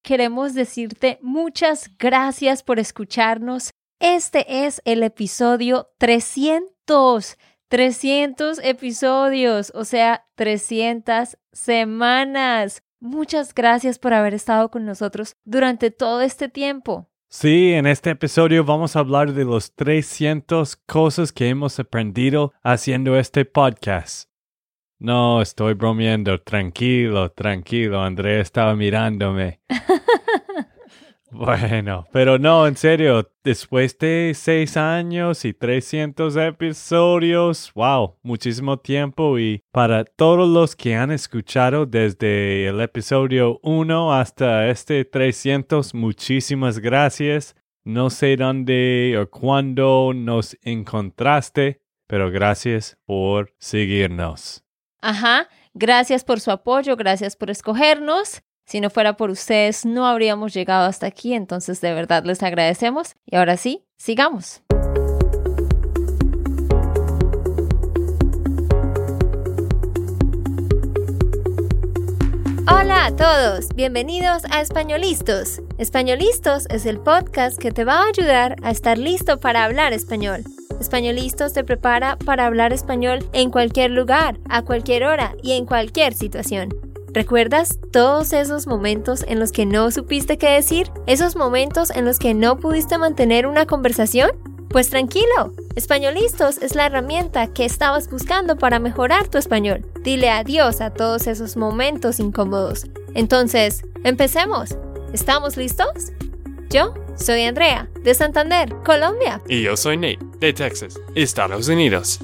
queremos decirte muchas gracias por escucharnos. Este es el episodio 300. 300 episodios, o sea, 300 semanas. Muchas gracias por haber estado con nosotros durante todo este tiempo. Sí, en este episodio vamos a hablar de los 300 cosas que hemos aprendido haciendo este podcast. No, estoy bromeando. Tranquilo, Andrea estaba mirándome. Bueno, pero no, en serio, después de 6 años y 300 episodios, wow, muchísimo tiempo. Y para todos los que han escuchado desde el episodio 1 hasta este 300, muchísimas gracias. No sé dónde o cuándo nos encontraste, pero gracias por seguirnos. Ajá, gracias por su apoyo, gracias por escogernos. Si no fuera por ustedes, no habríamos llegado hasta aquí, entonces de verdad les agradecemos. Y ahora sí, sigamos. Hola a todos, bienvenidos a Españolistos. Españolistos es el podcast que te va a ayudar a estar listo para hablar español. Españolistos te prepara para hablar español en cualquier lugar, a cualquier hora y en cualquier situación. ¿Recuerdas todos esos momentos en los que no supiste qué decir? ¿Esos momentos en los que no pudiste mantener una conversación? Pues tranquilo, Españolistos es la herramienta que estabas buscando para mejorar tu español. Dile adiós a todos esos momentos incómodos. Entonces, empecemos. ¿Estamos listos? Yo soy Andrea, de Santander, Colombia. Y yo soy Nate, de Texas, Estados Unidos.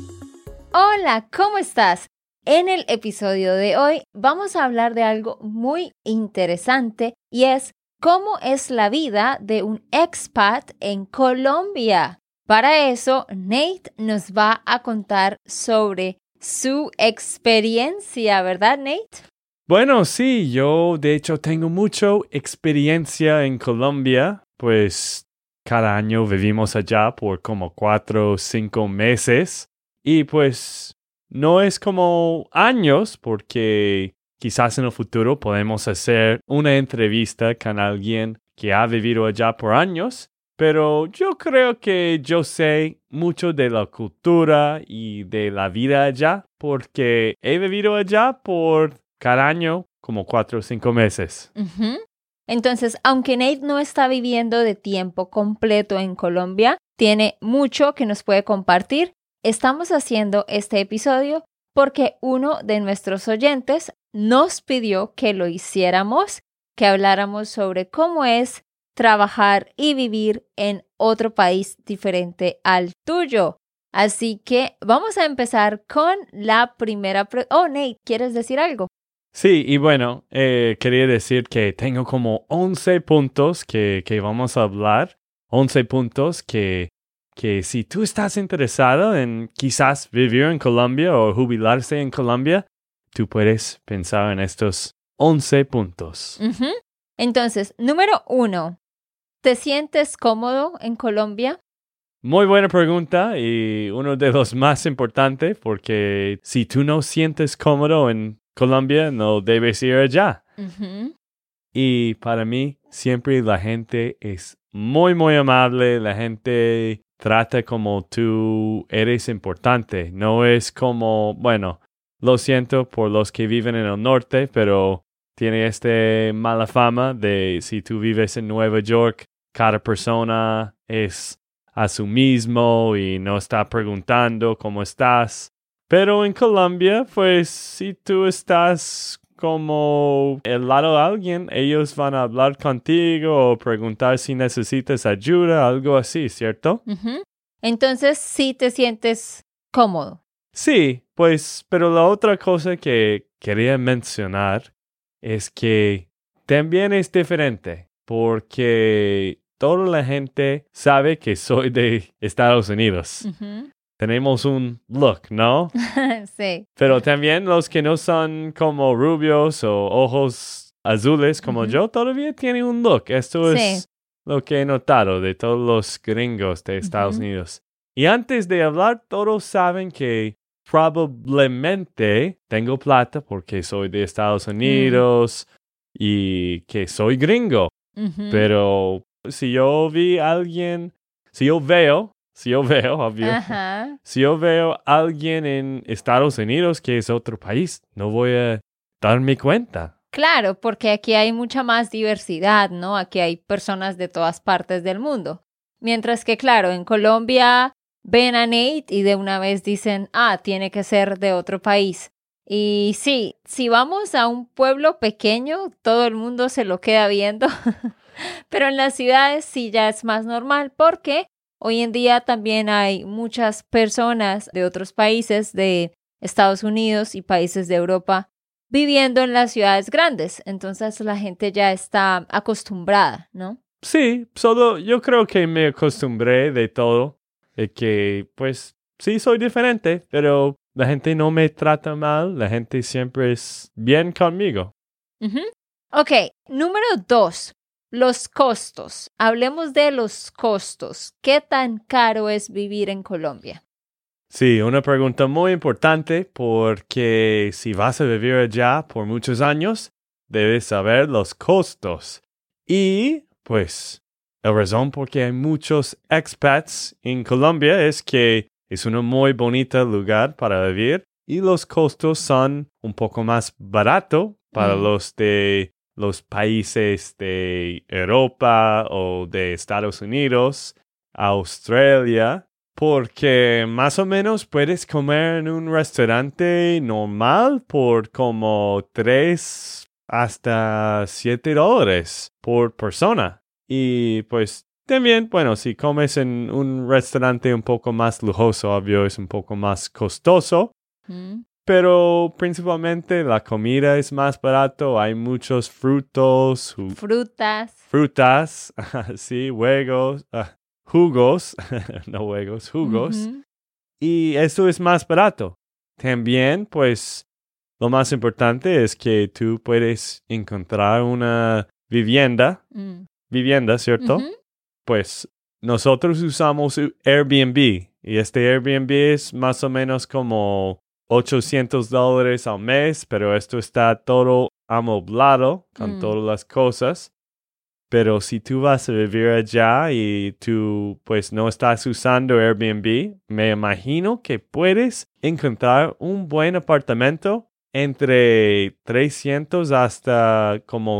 Hola, ¿cómo estás? En el episodio de hoy vamos a hablar de algo muy interesante y es cómo es la vida de un expat en Colombia. Para eso, Nate nos va a contar sobre su experiencia, ¿verdad, Nate? Bueno, sí, yo de hecho tengo mucha experiencia en Colombia, pues cada año vivimos allá por como 4 o 5 meses y pues no es como años porque quizás en el futuro podemos hacer una entrevista con alguien que ha vivido allá por años, pero yo creo que yo sé mucho de la cultura y de la vida allá porque he vivido allá por cada año como 4 o 5 meses. Uh-huh. Entonces, aunque Nate no está viviendo de tiempo completo en Colombia, tiene mucho que nos puede compartir. Estamos haciendo este episodio porque uno de nuestros oyentes nos pidió que lo hiciéramos, que habláramos sobre cómo es trabajar y vivir en otro país diferente al tuyo. Así que vamos a empezar con la primera Oh, Nate, ¿quieres decir algo? Sí, y bueno, quería decir que tengo como 11 puntos que vamos a hablar. 11 puntos que si tú estás interesado en quizás vivir en Colombia o jubilarse en Colombia, tú puedes pensar en estos 11 puntos. Uh-huh. Entonces, número 1, ¿te sientes cómodo en Colombia? Muy buena pregunta y uno de los más importantes porque si tú no sientes cómodo en Colombia, no debes ir allá. Uh-huh. Y para mí, siempre la gente es muy, muy amable. La gente trata como tú eres importante. No es como, bueno, lo siento por los que viven en el norte, pero tiene mala fama de si tú vives en Nueva York, cada persona es a su mismo y no está preguntando cómo estás. Pero en Colombia, pues si tú estás como al lado de alguien, ellos van a hablar contigo o preguntar si necesitas ayuda, algo así, ¿cierto? Uh-huh. Entonces, sí te sientes cómodo. Sí, pues, pero la otra cosa que quería mencionar es que también es diferente porque toda la gente sabe que soy de Estados Unidos. Uh-huh. Tenemos un look, ¿no? Sí. Pero también los que no son como rubios o ojos azules como Uh-huh. yo todavía tienen un look. Esto Sí. es lo que he notado de todos los gringos de Estados Unidos. Y antes de hablar, todos saben que probablemente tengo plata porque soy de Estados Unidos y que soy gringo. Ujú. Pero si yo veo, obvio, Ajá. si yo veo a alguien en Estados Unidos que es otro país, no voy a darme cuenta. Claro, porque aquí hay mucha más diversidad, ¿no? Aquí hay personas de todas partes del mundo. Mientras que, claro, en Colombia ven a Nate y de una vez dicen, tiene que ser de otro país. Y sí, si vamos a un pueblo pequeño, todo el mundo se lo queda viendo. Pero en las ciudades sí ya es más normal porque hoy en día también hay muchas personas de otros países, de Estados Unidos y países de Europa, viviendo en las ciudades grandes. Entonces la gente ya está acostumbrada, ¿no? Sí, solo yo creo que me acostumbré de todo, de que pues sí soy diferente, pero la gente no me trata mal, la gente siempre es bien conmigo. Ujú. Ok, número 2, los costos. Hablemos de los costos. ¿Qué tan caro es vivir en Colombia? Sí, una pregunta muy importante porque si vas a vivir allá por muchos años, debes saber los costos. Y, pues, la razón por qué hay muchos expats en Colombia es que es un muy bonito lugar para vivir y los costos son un poco más baratos para los de los países de Europa o de Estados Unidos, Australia. Porque más o menos puedes comer en un restaurante normal por como $3 hasta $7 por persona. Y pues también, bueno, si comes en un restaurante un poco más lujoso, obvio, es un poco más costoso. Mm. Pero principalmente la comida es más barato. Hay muchos frutos, frutas, sí, jugos, no huevos, jugos. Ujú. Y eso es más barato. También, pues, lo más importante es que tú puedes encontrar una vivienda, ¿cierto? Ujú. Pues, nosotros usamos Airbnb y este Airbnb es más o menos como $800 al mes, pero esto está todo amoblado con todas las cosas. Pero si tú vas a vivir allá y tú pues no estás usando Airbnb, me imagino que puedes encontrar un buen apartamento entre 300 hasta como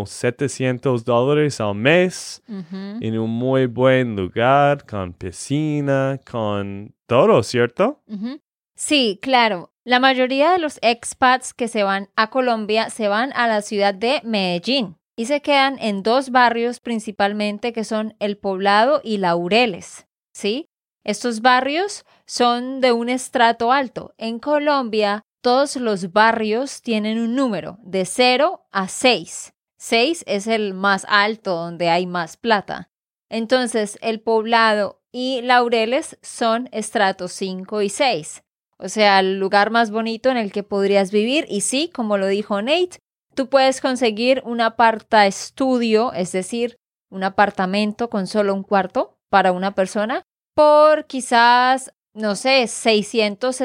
$700 al mes Ujú. en un muy buen lugar, con piscina, con todo, ¿cierto? Ujú. Sí, claro. La mayoría de los expats que se van a Colombia se van a la ciudad de Medellín y se quedan en 2 barrios principalmente que son El Poblado y Laureles, ¿sí? Estos barrios son de un estrato alto. En Colombia, todos los barrios tienen un número de 0 a 6. 6 es el más alto, donde hay más plata. Entonces, El Poblado y Laureles son estratos 5 y 6. O sea, el lugar más bonito en el que podrías vivir. Y sí, como lo dijo Nate, tú puedes conseguir un apartaestudio, es decir, un apartamento con solo un cuarto para una persona, por quizás, no sé, $600,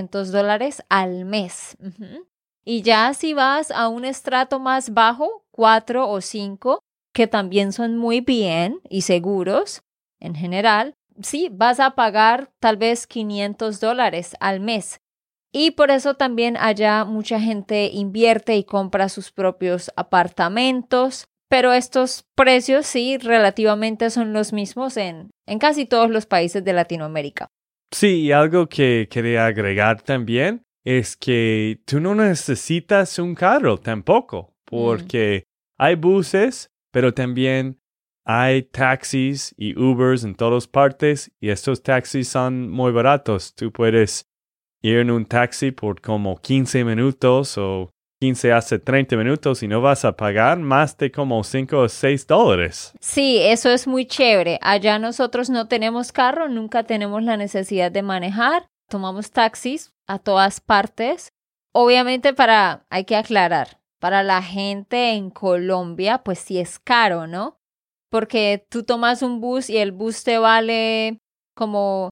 $700 al mes. Ujú. Y ya si vas a un estrato más bajo, 4 o 5, que también son muy bien y seguros en general, sí, vas a pagar tal vez $500 al mes. Y por eso también allá mucha gente invierte y compra sus propios apartamentos. Pero estos precios sí relativamente son los mismos en casi todos los países de Latinoamérica. Sí, y algo que quería agregar también es que tú no necesitas un carro tampoco, porque hay buses, pero también hay taxis y Ubers en todas partes y estos taxis son muy baratos. Tú puedes ir en un taxi por como 15 minutos o 15 hasta 30 minutos y no vas a pagar más de como $5 o $6. Sí, eso es muy chévere. Allá nosotros no tenemos carro, nunca tenemos la necesidad de manejar. Tomamos taxis a todas partes. Obviamente hay que aclarar, para la gente en Colombia, pues sí es caro, ¿no? Porque tú tomas un bus y el bus te vale como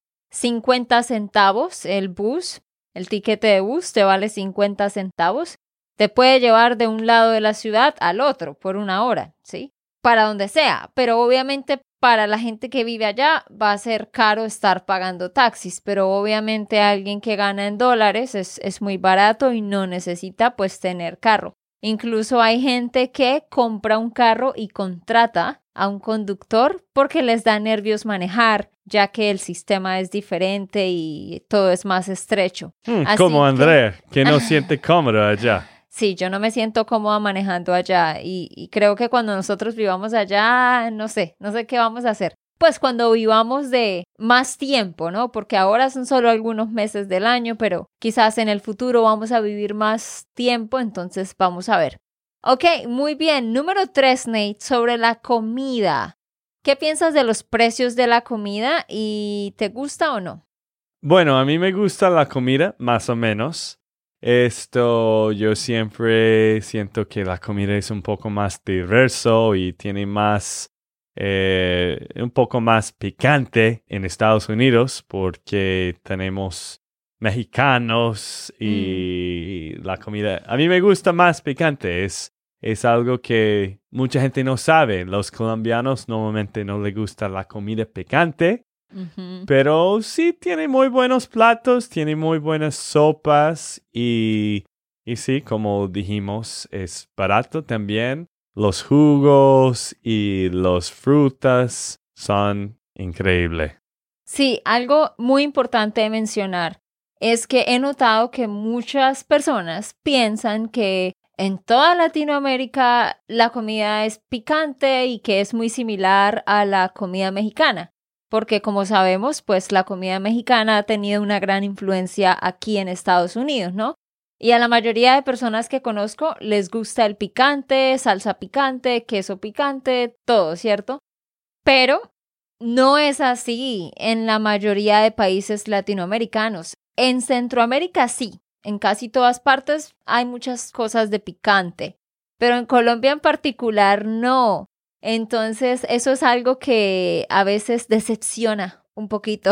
50 centavos el tiquete de bus te vale 50 centavos. Te puede llevar de un lado de la ciudad al otro por 1 hora, ¿sí? para donde sea, pero obviamente para la gente que vive allá va a ser caro estar pagando taxis, pero obviamente alguien que gana en dólares es muy barato y no necesita pues tener carro. Incluso hay gente que compra un carro y contrata a un conductor porque les da nervios manejar, ya que el sistema es diferente y todo es más estrecho. Como Andrea, que no siente cómodo allá. Sí, yo no me siento cómoda manejando allá y creo que cuando nosotros vivamos allá, no sé qué vamos a hacer. Pues cuando vivamos de más tiempo, ¿no? Porque ahora son solo algunos meses del año, pero quizás en el futuro vamos a vivir más tiempo, entonces vamos a ver. Ok, muy bien. Número 3, Nate, sobre la comida. ¿Qué piensas de los precios de la comida y te gusta o no? Bueno, a mí me gusta la comida, más o menos. Yo siempre siento que la comida es un poco más diverso y tiene más, un poco más picante en Estados Unidos porque tenemos mexicanos y la comida. A mí me gusta más picante, es algo que mucha gente no sabe. Los colombianos normalmente no les gusta la comida picante. Uh-huh. Pero sí tiene muy buenos platos, tiene muy buenas sopas y sí, como dijimos, es barato también. Los jugos y las frutas son increíbles. Sí, algo muy importante de mencionar es que he notado que muchas personas piensan que en toda Latinoamérica la comida es picante y que es muy similar a la comida mexicana. Porque como sabemos, pues la comida mexicana ha tenido una gran influencia aquí en Estados Unidos, ¿no? Y a la mayoría de personas que conozco les gusta el picante, salsa picante, queso picante, todo, ¿cierto? Pero no es así en la mayoría de países latinoamericanos. En Centroamérica sí, en casi todas partes hay muchas cosas de picante, pero en Colombia en particular no. Entonces, eso es algo que a veces decepciona un poquito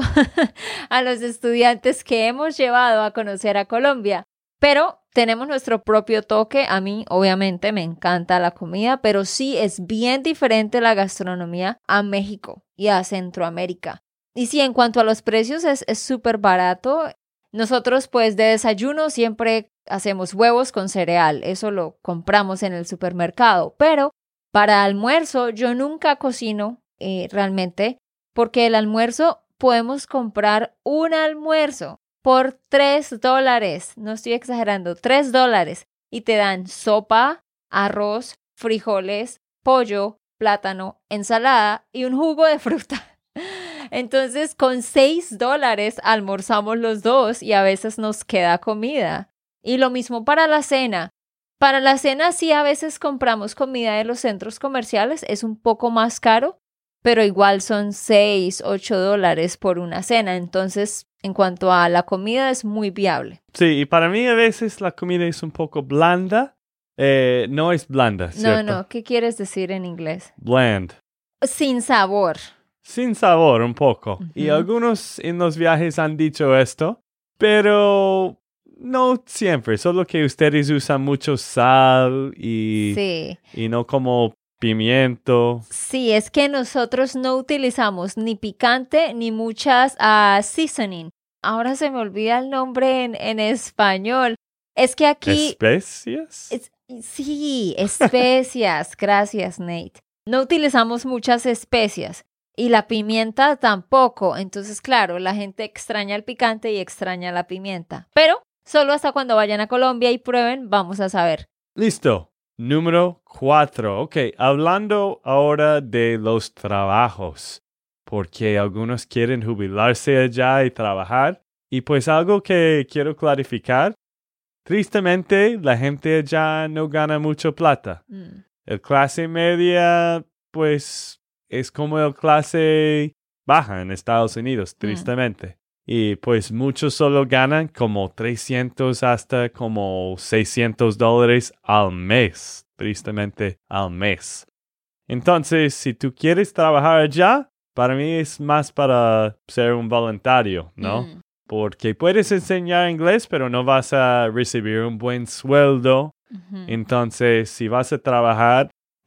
a los estudiantes que hemos llevado a conocer a Colombia. Pero tenemos nuestro propio toque. A mí, obviamente, me encanta la comida, pero sí es bien diferente la gastronomía a México y a Centroamérica. Y sí, en cuanto a los precios, es súper barato. Nosotros, pues, de desayuno siempre hacemos huevos con cereal. Eso lo compramos en el supermercado, pero para almuerzo, yo nunca cocino realmente, porque el almuerzo podemos comprar un almuerzo por $3. No estoy exagerando, $3. Y te dan sopa, arroz, frijoles, pollo, plátano, ensalada y un jugo de fruta. Entonces, con $6 almorzamos los dos y a veces nos queda comida. Y lo mismo para la cena. Para la cena sí a veces compramos comida de los centros comerciales, es un poco más caro, pero igual son $6, $8 por una cena. Entonces, en cuanto a la comida es muy viable. Sí, y para mí a veces la comida es un poco blanda. No es blanda, ¿cierto? No, ¿qué quieres decir en inglés? Bland. Sin sabor. Sin sabor un poco. Uh-huh. Y algunos en los viajes han dicho esto, pero no siempre, solo que ustedes usan mucho sal y no como pimiento. Sí, es que nosotros no utilizamos ni picante ni muchas seasoning. Ahora se me olvida el nombre en español. Es que aquí... ¿Especias? Sí, especias. Gracias, Nate. No utilizamos muchas especias. Y la pimienta tampoco. Entonces, claro, la gente extraña el picante y extraña la pimienta. Pero solo hasta cuando vayan a Colombia y prueben, vamos a saber. Listo. Número 4. Ok, hablando ahora de los trabajos. Porque algunos quieren jubilarse allá y trabajar. Y pues algo que quiero clarificar. Tristemente, la gente allá no gana mucho plata. El clase media, pues, es como el clase baja en Estados Unidos, tristemente. Y pues muchos solo ganan como $300 hasta como $600 al mes, tristemente al mes. Entonces, si tú quieres trabajar allá, para mí es más para ser un voluntario, ¿no? Porque puedes enseñar inglés, pero no vas a recibir un buen sueldo. Entonces, si vas a trabajar,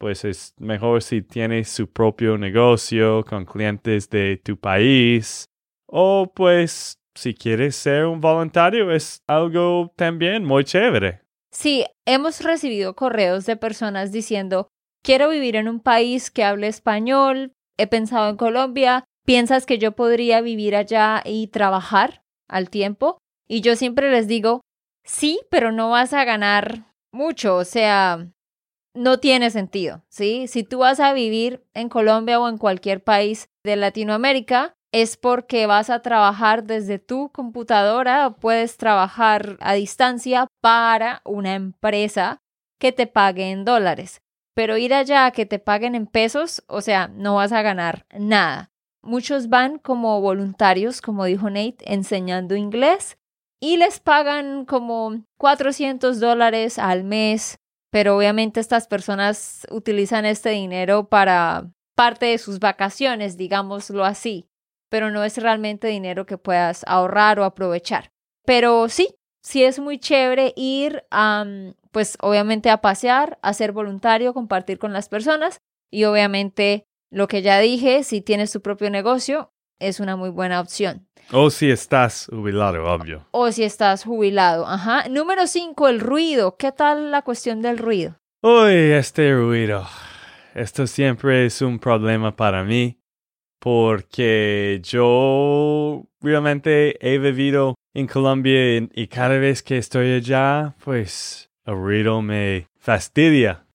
pues es mejor si tienes su propio negocio con clientes de tu país. O pues si quieres ser un voluntario es algo también muy chévere. Sí, hemos recibido correos de personas diciendo, quiero vivir en un país que hable español, he pensado en Colombia, ¿piensas que yo podría vivir allá y trabajar al tiempo? Y yo siempre les digo, sí, pero no vas a ganar mucho, o sea, no tiene sentido, ¿sí? Si tú vas a vivir en Colombia o en cualquier país de Latinoamérica, es porque vas a trabajar desde tu computadora o puedes trabajar a distancia para una empresa que te pague en dólares. Pero ir allá a que te paguen en pesos, o sea, no vas a ganar nada. Muchos van como voluntarios, como dijo Nate, enseñando inglés y les pagan como $400 al mes, pero obviamente estas personas utilizan este dinero para parte de sus vacaciones, digámoslo así, pero no es realmente dinero que puedas ahorrar o aprovechar. Pero sí es muy chévere ir pues obviamente a pasear, a ser voluntario, compartir con las personas y obviamente lo que ya dije, si tienes tu propio negocio, es una muy buena opción. O si estás jubilado, obvio. O si estás jubilado, ajá. Número 5, el ruido. ¿Qué tal la cuestión del ruido? Uy, este ruido. Esto siempre es un problema para mí porque yo realmente he vivido en Colombia y cada vez que estoy allá, pues el ruido me fastidia.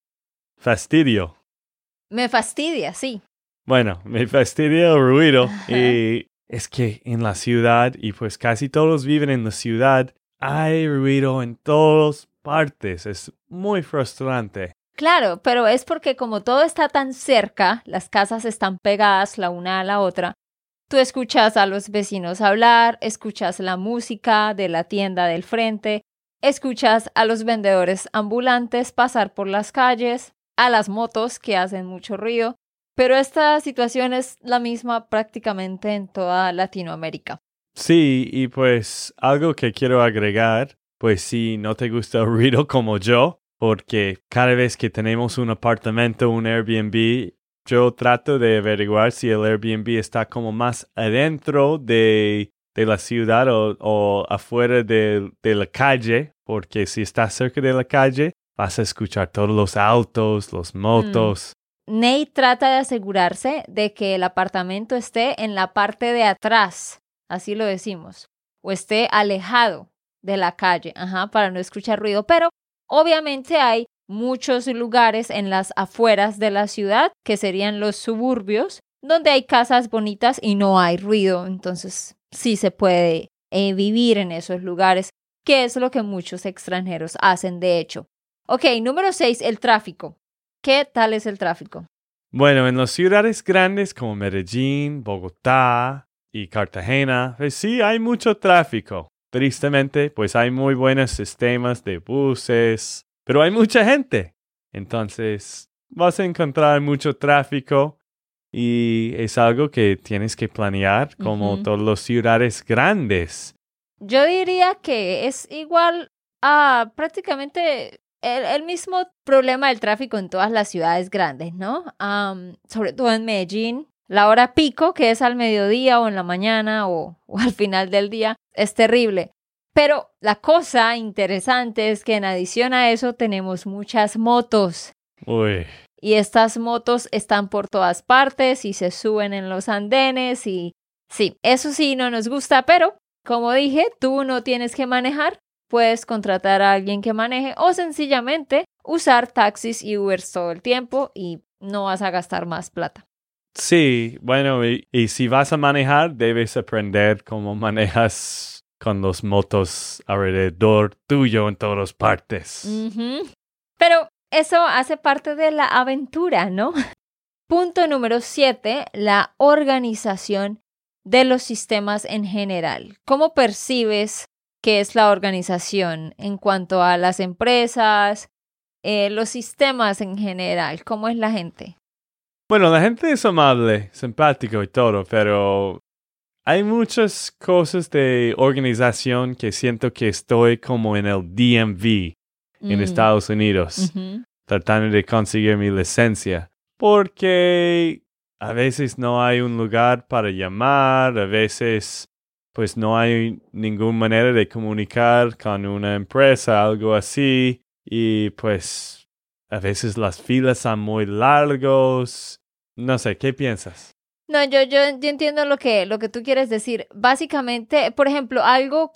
Me fastidia, sí. Bueno, me fastidia el ruido y es que en la ciudad, y pues casi todos viven en la ciudad, hay ruido en todas partes. Es muy frustrante. Claro, pero es porque como todo está tan cerca, las casas están pegadas la una a la otra, tú escuchas a los vecinos hablar, escuchas la música de la tienda del frente, escuchas a los vendedores ambulantes pasar por las calles, a las motos que hacen mucho ruido, pero esta situación es la misma prácticamente en toda Latinoamérica. Sí, y pues algo que quiero agregar, pues si no te gusta el ruido como yo, porque cada vez que tenemos un apartamento, un Airbnb, yo trato de averiguar si el Airbnb está como más adentro de la ciudad o afuera de la calle, porque si estás cerca de la calle, vas a escuchar todos los autos, los motos. Nate trata de asegurarse de que el apartamento esté en la parte de atrás, así lo decimos, o esté alejado de la calle, para no escuchar ruido, pero obviamente hay muchos lugares en las afueras de la ciudad, que serían los suburbios, donde hay casas bonitas y no hay ruido, entonces sí se puede vivir en esos lugares, que es lo que muchos extranjeros hacen de hecho. Ok, número 6, el tráfico. ¿Qué tal es el tráfico? Bueno, en las ciudades grandes como Medellín, Bogotá y Cartagena, pues sí hay mucho tráfico. Tristemente, pues hay muy buenos sistemas de buses, pero hay mucha gente. Entonces, vas a encontrar mucho tráfico y es algo que tienes que planear como todas las ciudades grandes. Yo diría que es igual a prácticamente el mismo problema del tráfico en todas las ciudades grandes, ¿no? Sobre todo en Medellín. La hora pico, que es al mediodía o en la mañana o al final del día, es terrible. Pero la cosa interesante es que en adición a eso tenemos muchas motos. Uy. Y estas motos están por todas partes y se suben en los andenes y sí, eso sí no nos gusta, pero como dije, tú no tienes que manejar, puedes contratar a alguien que maneje o sencillamente usar taxis y Ubers todo el tiempo y no vas a gastar más plata. Sí, bueno, y si vas a manejar, debes aprender cómo manejas con los motos alrededor tuyo en todas partes. Pero eso hace parte de la aventura, ¿no? Punto número 7, la organización de los sistemas en general. ¿Cómo percibes que es la organización en cuanto a las empresas, los sistemas en general? ¿Cómo es la gente? Bueno, la gente es amable, simpático y todo, pero hay muchas cosas de organización que siento que estoy como en el DMV en Estados Unidos. tratando de conseguir mi licencia. Porque a veces no hay un lugar para llamar, a veces pues no hay ninguna manera de comunicar con una empresa, algo así. Y pues a veces las filas son muy largos. No sé, ¿qué piensas? No, yo entiendo lo que tú quieres decir. Básicamente, por ejemplo, algo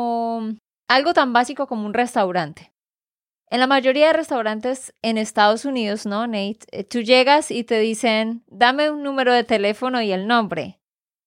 tan básico como un restaurante. En la mayoría de restaurantes en Estados Unidos, ¿no, Nate? Tú llegas y te dicen, dame un número de teléfono y el nombre.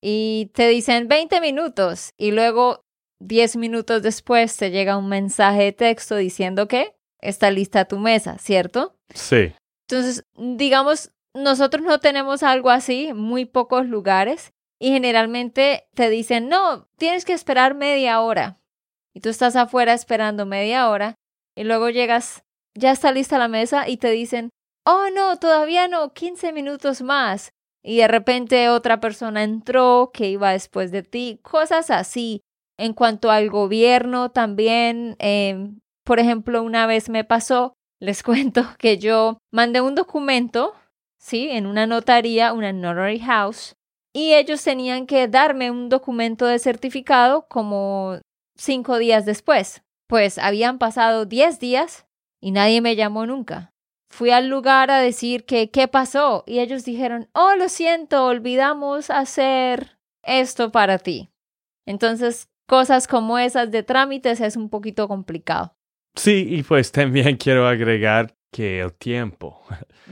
Y te dicen 20 minutos. Y luego, 10 minutos después, te llega un mensaje de texto diciendo que está lista tu mesa, ¿cierto? Sí. Entonces, digamos, nosotros no tenemos algo así, muy pocos lugares. Y generalmente te dicen, no, tienes que esperar media hora. Y tú estás afuera esperando media hora. Y luego llegas, ya está lista la mesa y te dicen, oh no, todavía no, 15 minutos más. Y de repente otra persona entró que iba después de ti, cosas así. En cuanto al gobierno también, por ejemplo, una vez me pasó, les cuento que yo mandé un documento, ¿sí? En una notaría, una notary house, y ellos tenían que darme un documento de certificado como 5 días después. Pues habían pasado 10 días y nadie me llamó nunca. Fui al lugar a decir que qué pasó y ellos dijeron, oh, lo siento, olvidamos hacer esto para ti. Entonces, cosas como esas de trámites es un poquito complicado. Sí, y pues también quiero agregar que el tiempo,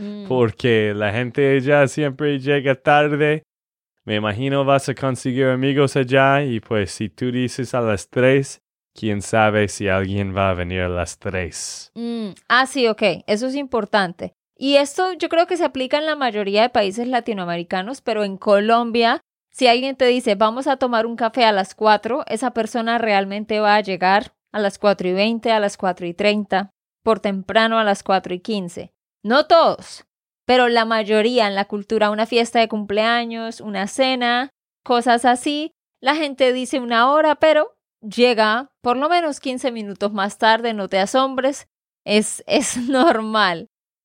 porque la gente ya siempre llega tarde. Me imagino vas a conseguir amigos allá y pues si tú dices a las 3, quién sabe si alguien va a venir a las 3. Sí, ok, eso es importante. Y esto yo creo que se aplica en la mayoría de países latinoamericanos, pero en Colombia, si alguien te dice vamos a tomar un café a las 4, esa persona realmente va a llegar a las 4:20, a las 4:30, por temprano a las 4:15. No todos, pero la mayoría en la cultura, una fiesta de cumpleaños, una cena, cosas así, la gente dice una hora, pero llega por lo menos 15 minutos más tarde, no te asombres, es normal.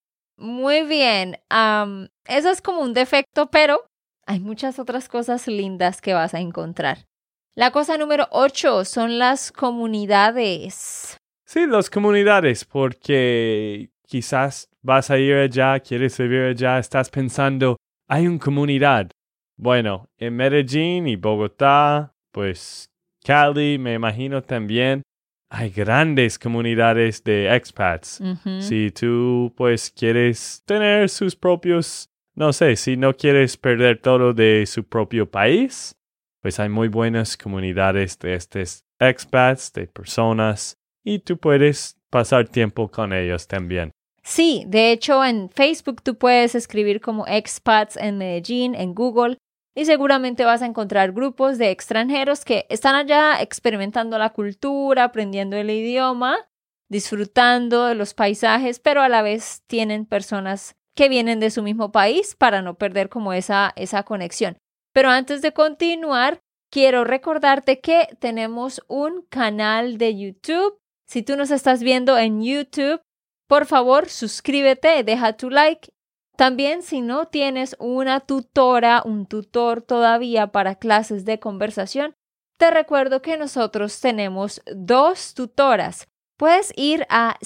Muy bien, eso es como un defecto, pero hay muchas otras cosas lindas que vas a encontrar. La cosa número 8 son las comunidades. Sí, las comunidades, porque quizás vas a ir allá, quieres vivir allá, estás pensando, hay una comunidad. Bueno, en Medellín y Bogotá, pues Cali, me imagino también, hay grandes comunidades de expats. Uh-huh. Si tú, pues, quieres tener sus propios, no sé, si no quieres perder todo de su propio país, pues hay muy buenas comunidades de estos expats, de personas, y tú puedes pasar tiempo con ellos también. Sí, de hecho en Facebook tú puedes escribir como expats en Medellín, en Google, y seguramente vas a encontrar grupos de extranjeros que están allá experimentando la cultura, aprendiendo el idioma, disfrutando de los paisajes, pero a la vez tienen personas que vienen de su mismo país para no perder como esa conexión. Pero antes de continuar, quiero recordarte que tenemos un canal de YouTube. Si tú nos estás viendo en YouTube, por favor, suscríbete, deja tu like. También, si no tienes una tutora, un tutor todavía para clases de conversación, te recuerdo que nosotros tenemos 2 tutoras. Puedes ir a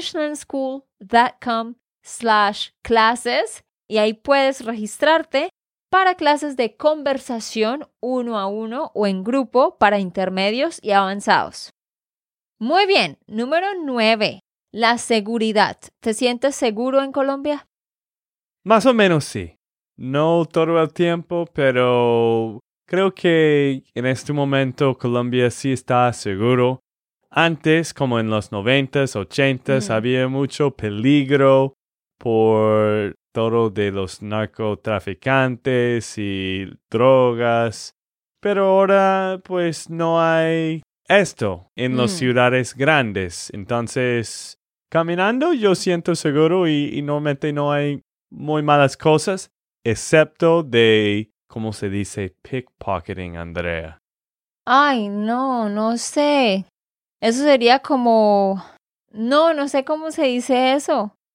SpanishLearnSchool.com/clases y ahí puedes registrarte para clases de conversación 1 a 1 o en grupo para intermedios y avanzados. Muy bien, número 9, la seguridad. ¿Te sientes seguro en Colombia? Más o menos sí. No todo el tiempo, pero creo que en este momento Colombia sí está seguro. Antes, como en los 90s, 80s, había mucho peligro por todo de los narcotraficantes y drogas. Pero ahora, pues, no hay esto en las ciudades grandes. Entonces, caminando yo siento seguro y normalmente no hay muy malas cosas, excepto de, ¿cómo se dice? Pickpocketing, Andrea. Ay, no sé. Eso sería como... No sé cómo se dice eso.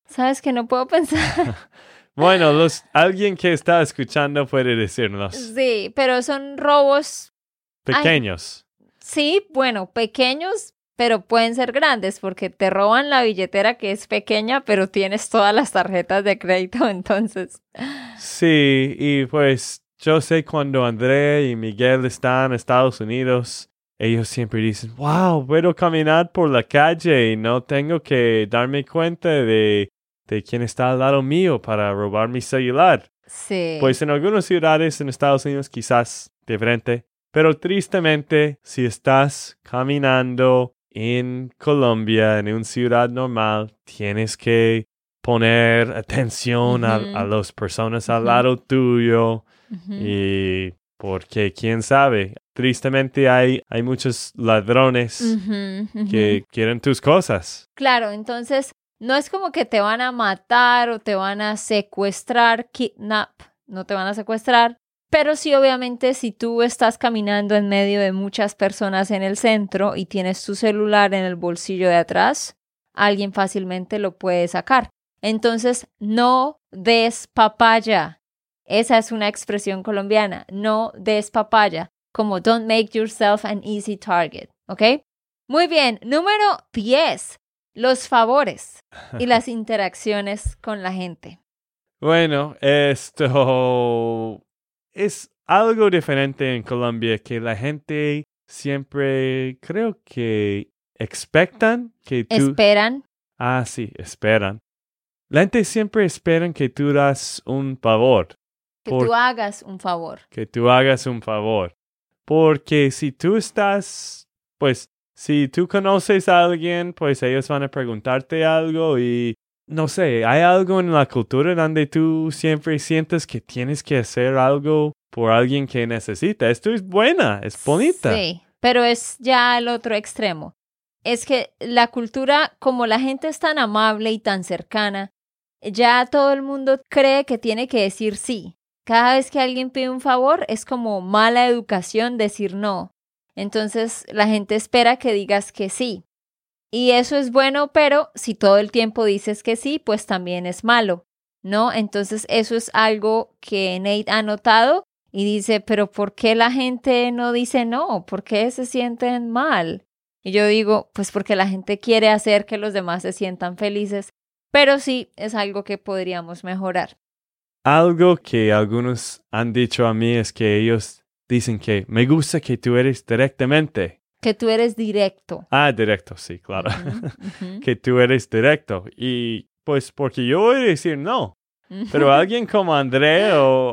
Sabes que no puedo pensar. Bueno, alguien que está escuchando puede decirnos. Sí, pero son robos. Pequeños. Sí, bueno, pequeños, pero pueden ser grandes porque te roban la billetera que es pequeña, pero tienes todas las tarjetas de crédito, entonces. Sí, y pues yo sé cuando André y Miguel están en Estados Unidos, ellos siempre dicen, wow, puedo caminar por la calle y no tengo que darme cuenta de quién está al lado mío para robar mi celular. Sí. Pues en algunas ciudades en Estados Unidos quizás diferente, pero tristemente si estás caminando en Colombia, en una ciudad normal, tienes que poner atención a las personas al lado tuyo y porque quién sabe, tristemente hay muchos ladrones que quieren tus cosas. Claro, entonces no es como que te van a matar o te van a secuestrar, no te van a secuestrar, pero sí obviamente si tú estás caminando en medio de muchas personas en el centro y tienes tu celular en el bolsillo de atrás, alguien fácilmente lo puede sacar. Entonces, no des papaya. Esa es una expresión colombiana, no des papaya, como don't make yourself an easy target, ¿ok? Muy bien, número 10. Los favores y las interacciones con la gente. Bueno, esto es algo diferente en Colombia que la gente siempre creo que expectan que tú... Esperan. Ah, sí, esperan. La gente siempre espera que tú das un favor. Tú hagas un favor. Que tú hagas un favor. Porque si tú estás, pues, si tú conoces a alguien, pues ellos van a preguntarte algo y, no sé, hay algo en la cultura donde tú siempre sientes que tienes que hacer algo por alguien que necesita. Esto es buena, es bonita. Sí, pero es ya el otro extremo. Es que la cultura, como la gente es tan amable y tan cercana, ya todo el mundo cree que tiene que decir sí. Cada vez que alguien pide un favor, es como mala educación decir no. Entonces, la gente espera que digas que sí. Y eso es bueno, pero si todo el tiempo dices que sí, pues también es malo, ¿no? Entonces, eso es algo que Nate ha notado y dice, pero ¿por qué la gente no dice no? ¿Por qué se sienten mal? Y yo digo, pues porque la gente quiere hacer que los demás se sientan felices, pero sí es algo que podríamos mejorar. Algo que algunos han dicho a mí es que ellos dicen que me gusta que tú eres directamente. Que tú eres directo. Ah, directo, sí, claro. Que tú eres directo. Y pues porque yo voy a decir no. Pero alguien como André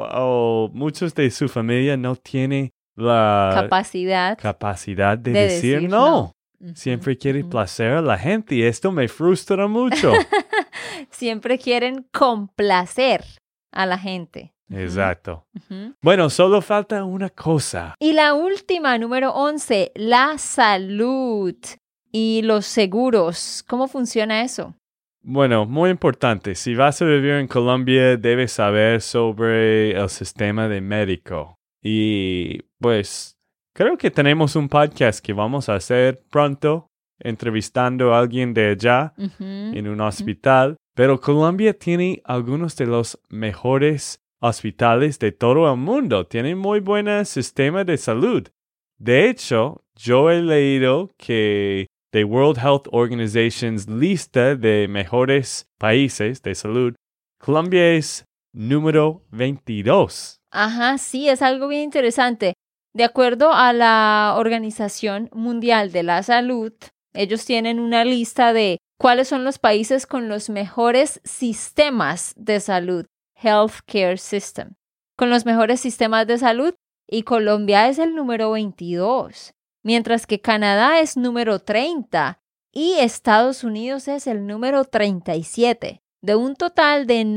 o muchos de su familia no tiene la capacidad de decir no. Siempre quiere placer a la gente y esto me frustra mucho. Siempre quieren complacer a la gente. Exacto. Bueno, solo falta una cosa. Y la última, número 11, la salud y los seguros. ¿Cómo funciona eso? Bueno, muy importante. Si vas a vivir en Colombia, debes saber sobre el sistema de médico. Y pues creo que tenemos un podcast que vamos a hacer pronto, entrevistando a alguien de allá en un hospital. Pero Colombia tiene algunos de los mejores hospitales de todo el mundo. Tienen muy buen sistema de salud. De hecho, yo he leído que the World Health Organization's lista de mejores países de salud, Colombia es número 22. Ajá, sí, es algo bien interesante. De acuerdo a la Organización Mundial de la Salud, ellos tienen una lista de cuáles son los países con los mejores sistemas de salud, healthcare system, con los mejores sistemas de salud, y Colombia es el número 22, mientras que Canadá es número 30 y Estados Unidos es el número 37. De un total de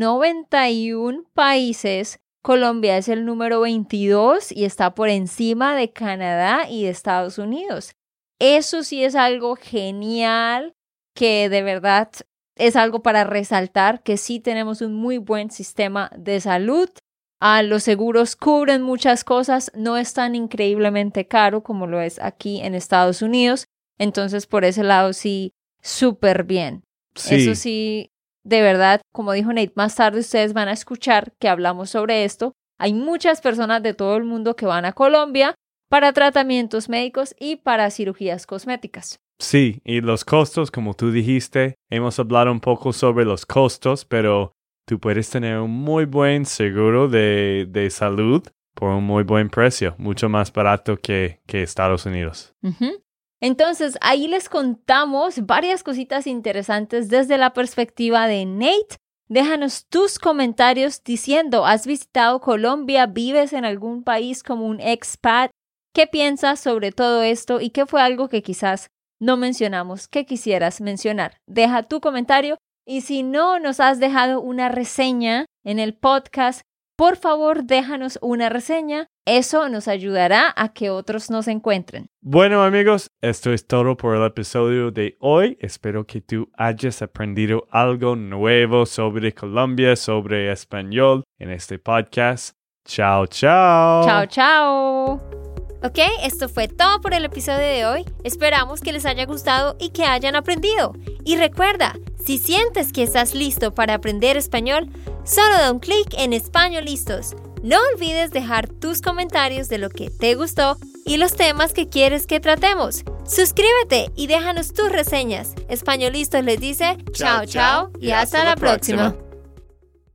91 países, Colombia es el número 22 y está por encima de Canadá y de Estados Unidos. Eso sí es algo genial, que de verdad es algo para resaltar, que sí tenemos un muy buen sistema de salud. Los seguros cubren muchas cosas, no es tan increíblemente caro como lo es aquí en Estados Unidos. Entonces, por ese lado sí, súper bien. Sí. Eso sí, de verdad, como dijo Nate, más tarde ustedes van a escuchar que hablamos sobre esto. Hay muchas personas de todo el mundo que van a Colombia para tratamientos médicos y para cirugías cosméticas. Sí, y los costos, como tú dijiste, hemos hablado un poco sobre los costos, pero tú puedes tener un muy buen seguro de salud por un muy buen precio, mucho más barato que Estados Unidos. Entonces, ahí les contamos varias cositas interesantes desde la perspectiva de Nate. Déjanos tus comentarios diciendo, ¿has visitado Colombia? ¿Vives en algún país como un expat? ¿Qué piensas sobre todo esto y qué fue algo que quizás no mencionamos que quisieras mencionar? Deja tu comentario y si no nos has dejado una reseña en el podcast, por favor déjanos una reseña. Eso nos ayudará a que otros nos encuentren. Bueno amigos, esto es todo por el episodio de hoy. Espero que tú hayas aprendido algo nuevo sobre Colombia, sobre español en este podcast. Chao, chao. Chao, chao. Ok, esto fue todo por el episodio de hoy. Esperamos que les haya gustado y que hayan aprendido. Y recuerda, si sientes que estás listo para aprender español, solo da un clic en Españolistos. No olvides dejar tus comentarios de lo que te gustó y los temas que quieres que tratemos. Suscríbete y déjanos tus reseñas. Españolistos les dice chao, chao y hasta la próxima.